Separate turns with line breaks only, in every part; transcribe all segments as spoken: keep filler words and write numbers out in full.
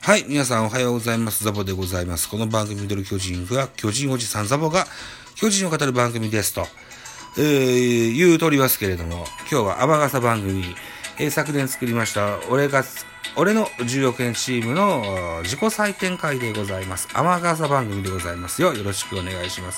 はい、皆さんおはようございます。ザボでございます。この番組ミドル巨人は巨人おじさんザボが巨人を語る番組ですと、えー、言うとおりますけれども、今日は天笠番組、えー、昨年作りました俺が俺のじゅうおくえんチームの自己採点会でございます。天笠番組でございますよ。よろしくお願いします。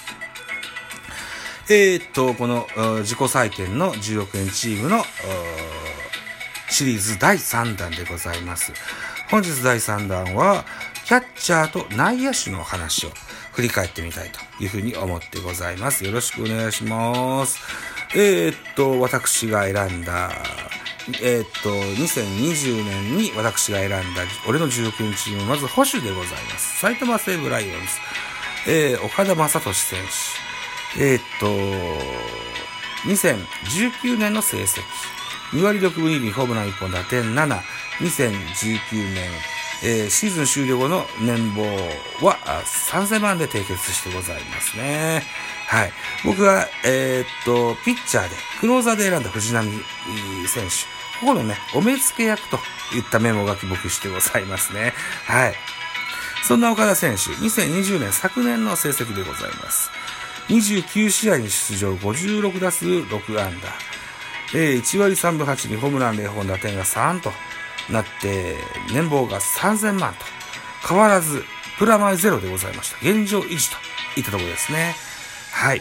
えー、っとこの自己採点のじゅうおくえんチームのシリーズだいさんだんでございます。本日だいさんだんはキャッチャーと内野手の話を振り返ってみたいというふうに思ってございます。よろしくお願いします。えー、っと私が選んだえー、っとにせんにじゅうねんに私が選んだ俺のじゅうおくえんチーム、まず捕手でございます。埼玉西武ライオンズ、えー、岡田正俊選手、えー、っとにせんじゅうきゅうねんの成績にわりろくぶにり、ホームランいっぽん、打点なな、にせんじゅうきゅうねん、えー、シーズン終了後の年俸はさんぜんまんで締結してございますね。はい。僕は、えー、っと、ピッチャーで、クローザーで選んだ藤浪選手。ここのね、お目付け役といったメモ書き僕してございますね。はい。そんな岡田選手、にせんにじゅうねん昨年の成績でございます。にじゅうきゅうしあいに出場、ごじゅうろくだすうろくあんだ。えー、いちわりさんぶはちりん、ホームランぜろほん、打点がさんとなって、年俸がさんぜんまんと、変わらず、プラマイゼロでございました。現状維持といったところですね。はい。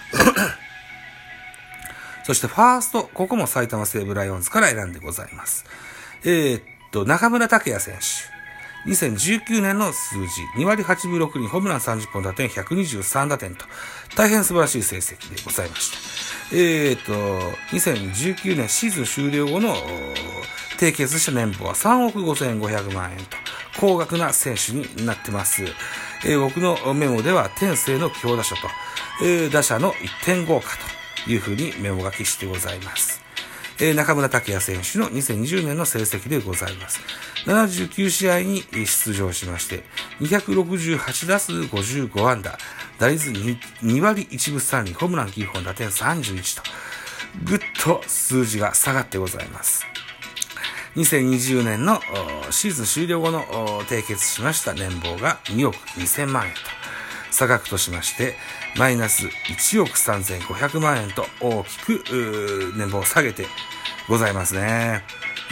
そして、ファースト、ここも埼玉西武ライオンズから選んでございます。えー、っと、中村拓也選手。にせんじゅうきゅうねんの数字、にわりはちぶろくりん、ホームランさんじゅっぽん、打点ひゃくにじゅうさんだてんと、大変素晴らしい成績でございました。えーと、にせんじゅうきゅうねんシーズン終了後の締結した年俸はさんおくごせんごひゃくまんえんと、高額な選手になってます。えー、僕のメモでは、天性の強打者と、えー、打者のいってん豪華というふうにメモ書きしてございます。えー、中村拓也選手のにせんにじゅうねんの成績でございます。ななじゅうきゅうしあいに出場しまして、にひゃくろくじゅうはちだすうごじゅうごあんだ、打率 2, にわりいちぶさんりん、ホームランきゅうほん、打点さんじゅういちと、ぐっと数字が下がってございます。にせんにじゅうねんのシーズン終了後の締結しました年俸がにおくにせんまんえんと、差額としまして、マイナスいちおくさんぜんごひゃくまんえんと大きく年俸を下げてございますね。うん。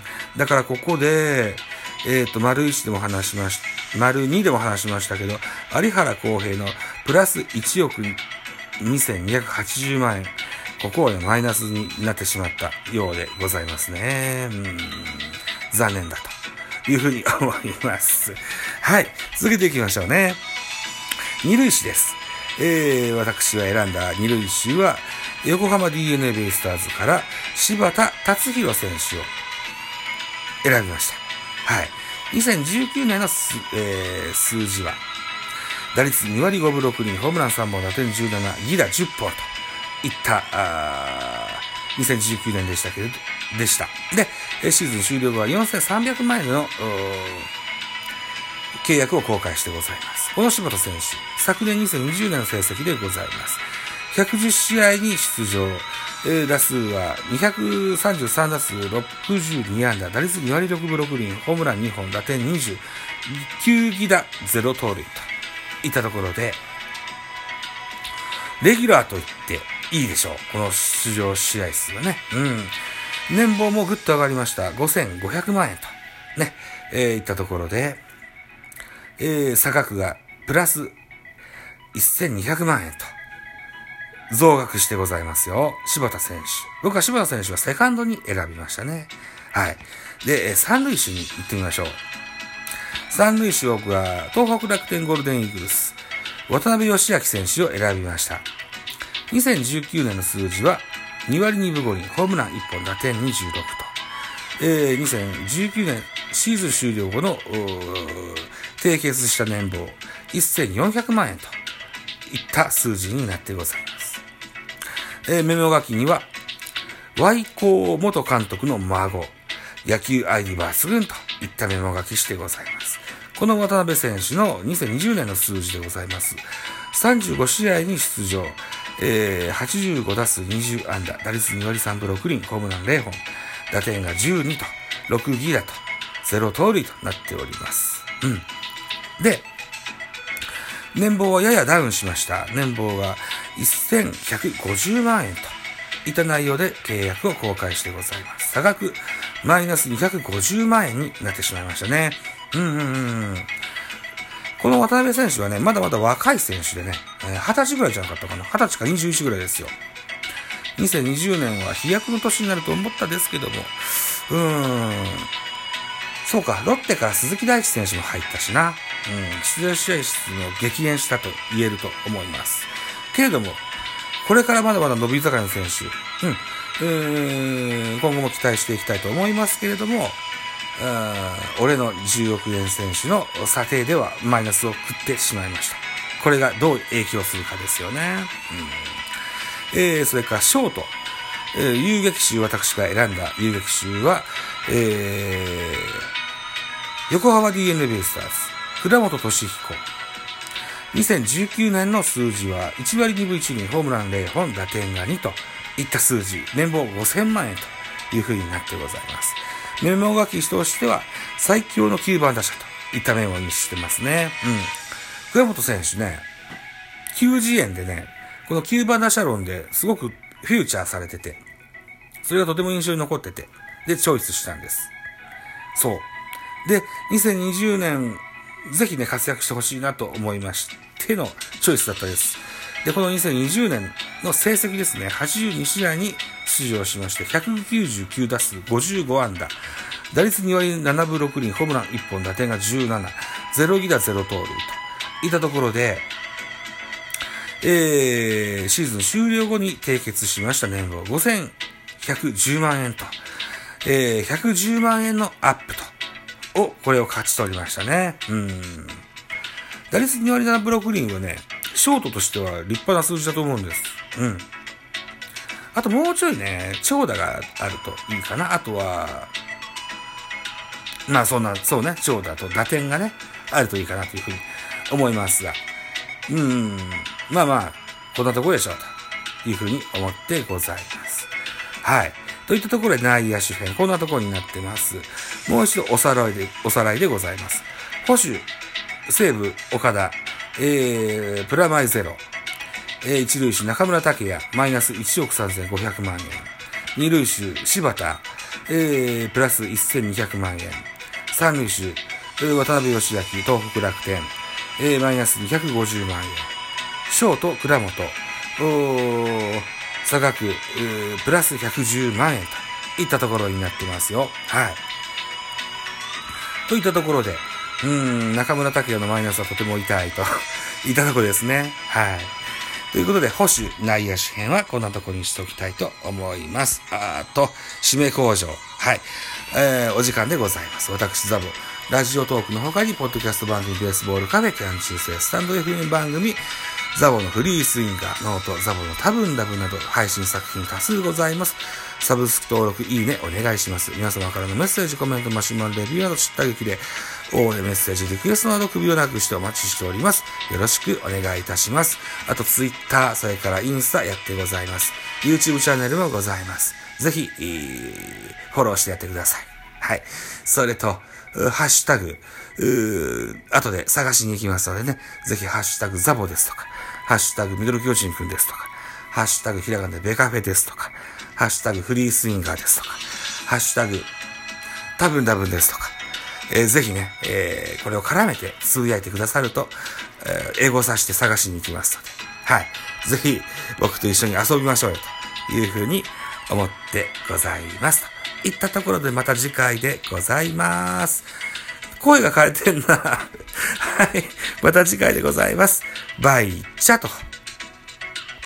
だからここで、えっと、丸いちでも話しました、丸にでも話しましたけど、有原航平のプラスいちおくにせんにひゃくはちじゅうまんえん。ここはね、マイナスになってしまったようでございますね。うん。残念だというふうに思います。はい。続けていきましょうね。二塁手です。えー、私が選んだ二塁手は、横浜 ディーエヌエー ベイスターズから柴田達弘選手を選びました。はい。にせんじゅうきゅうねんのす、えー、数字は、打率にわりごぶろくりん、ホームランさんぼん、打点じゅうなな、犠打じゅっぽんといった、にせんじゅうきゅうねんでしたけれど、でした。で、シーズン終了後はよんせんさんびゃくまんえんの契約を公開してございます。この柴田選手、昨年にせんにじゅうねんの成績でございます。ひゃくじゅっしあいに出場、えー、打数はにひゃくさんじゅうさんだすうろくじゅうにあんだ、打率にわりろくぶろくりん、ホームランにほん、打点にじゅうきゅうぎだ、ゼロとうるいといったところで、レギュラーと言っていいでしょう。この出場試合数はね。うん。年俸もぐっと上がりました。ごせんごひゃくまんえんと。ね。えー、いったところで、えー、差額がプラスせんにひゃくまんえんと。増額してございますよ。柴田選手。僕は柴田選手はセカンドに選びましたね。はい。で、三塁手に行ってみましょう。三塁手僕は東北楽天ゴールデンイーグルス、渡辺義明選手を選びました。にせんじゅうきゅうねんの数字はにわりにぶごりん、ホームランいっぽん、打点にじゅうろくと。えー、にせんじゅうきゅうねんシーズン終了後の締結した年俸せんよんひゃくまんえんといった数字になってございます。えー、メモ書きには、Y 高元監督の孫、野球愛に抜群といったメモ書きしてございます。この渡辺選手のにせんにじゅうねんの数字でございます。さんじゅうごしあいに出場、えー、はちじゅうごだすうにじゅうあんだ、打率にわりさんぶろくりん、ホームランぜろほん、打点がじゅうにと、ろくぎだと、 ゼロ盗塁となっております。うん。で、年俸はややダウンしました。年俸はせんひゃくごじゅうまんえんといった内容で契約を公開してございます。差額マイナスにひゃくごじゅうまんえんになってしまいましたね。うんうんうん。この渡辺選手はね、まだまだ若い選手でね、えー、はたちぐらいじゃなかったかな。はたちかにじゅういちぐらいですよ。にせんにじゅうねんは飛躍の年になると思ったですけども、うーん。そうか、ロッテから鈴木大地選手も入ったしな。うん、出場試合数の激減したと言えると思います。けれども、これからまだまだ伸び盛りの選手、うん、うーん、今後も期待していきたいと思いますけれども、俺のじゅうおくえん選手の査定ではマイナスを食ってしまいました。これがどう影響するかですよね。うん、えー、それからショート、えー、遊撃手、私が選んだ遊撃手は、えー、横浜 ディーエヌエー ベイスターズ、倉本俊彦。にせんじゅうきゅうねんの数字はいちわりにぶいちりん、ホームランぜろほん、打点がにといった数字、年俸ごせんまんえんという風になってございます。メモ書きとしては最強のきゅうばん打者といった面を意味してますね。うん。倉本選手ね、きゅうじゅうえんでね、このきゅうばん打者論ですごくフューチャーされてて、それがとても印象に残ってて、で、チョイスしたんです。そう。で、にせんにじゅうねん、ぜひね、活躍してほしいなと思いましてのチョイスだったです。で、このにせんにじゅうねんの成績ですね、はちじゅうにしあいに出場しまして、ひゃくきゅうじゅうきゅうだすう、ごじゅうごあんだ、打率にわりななぶろくりん、ホームランいっぽん、打点がじゅうなな、ゼロぎだゼロ盗塁といったところで、えー、シーズン終了後に締結しました年俸ごせんひゃくじゅうまんえんと、えー、ひゃくじゅうまんえんのアップと、を、これを勝ち取りましたね。うん。打率にわりななぶろくりんはね、ショートとしては立派な数字だと思うんです。うん。あともうちょいね、長打があるといいかな。あとは、まあそんな、そうね、長打と打点がね、あるといいかなというふうに思いますが。うん。まあまあ、こんなところでしょうというふうに思ってございます。はい。といったところで内野手編、こんなところになってます。もう一度おさらいで、おさらいでございます。捕手、西武、岡田、えー、プラマイゼロ。えー、一塁手、中村拓也、マイナスいちおくさんぜんごひゃくまんえん。二塁手、柴田、えー、プラスせんにひゃくまんえん。三塁手、えー、渡辺義明、東北楽天、えー、マイナスにひゃくごじゅうまんえん。ショート、倉本、差額、えー、プラスひゃくじゅうまんえんといったところになってますよ。はい。といったところで、うーん、中村拓也のマイナスはとても痛いといったところですね。はい。ということで、保守内野手編はこんなところにしておきたいと思います。あーと、締め工場。はい。えー、お時間でございます。私、ザボ。ラジオトークの他に、ポッドキャスト番組、ベースボールカフェ、キャン中世、スタンド エフエム 番組、ザボのフリースインガー、ノート、ザボの多分ダブなど、配信作品多数ございます。サブスク登録、いいね、お願いします。皆様からのメッセージ、コメント、マシュマロ、レビューなど、知った劇で、応援メッセージ、リクエストなど首をなくしてお待ちしております。よろしくお願いいたします。あと、ツイッター、それからインスタやってございます。YouTube チャンネルもございます。ぜひ、えー、フォローしてやってください。はい。それと、ハッシュタグ、うー、後で探しに行きますのでね、ぜひハッシュタグザボですとか、ハッシュタグミドル巨人くんですとか、ハッシュタグひらがなでベカフェですとか、ハッシュタグフリースインガーですとか、ハッシュタグ多分多分ですとか、えー、ぜひね、えー、これを絡めてつぶやいてくださると、えー、英語さして探しに行きますので、はい。ぜひ僕と一緒に遊びましょうよというふうに思ってございます。といったところでまた次回でございます。声が枯れてんな。はい。また次回でございます。バイチャと。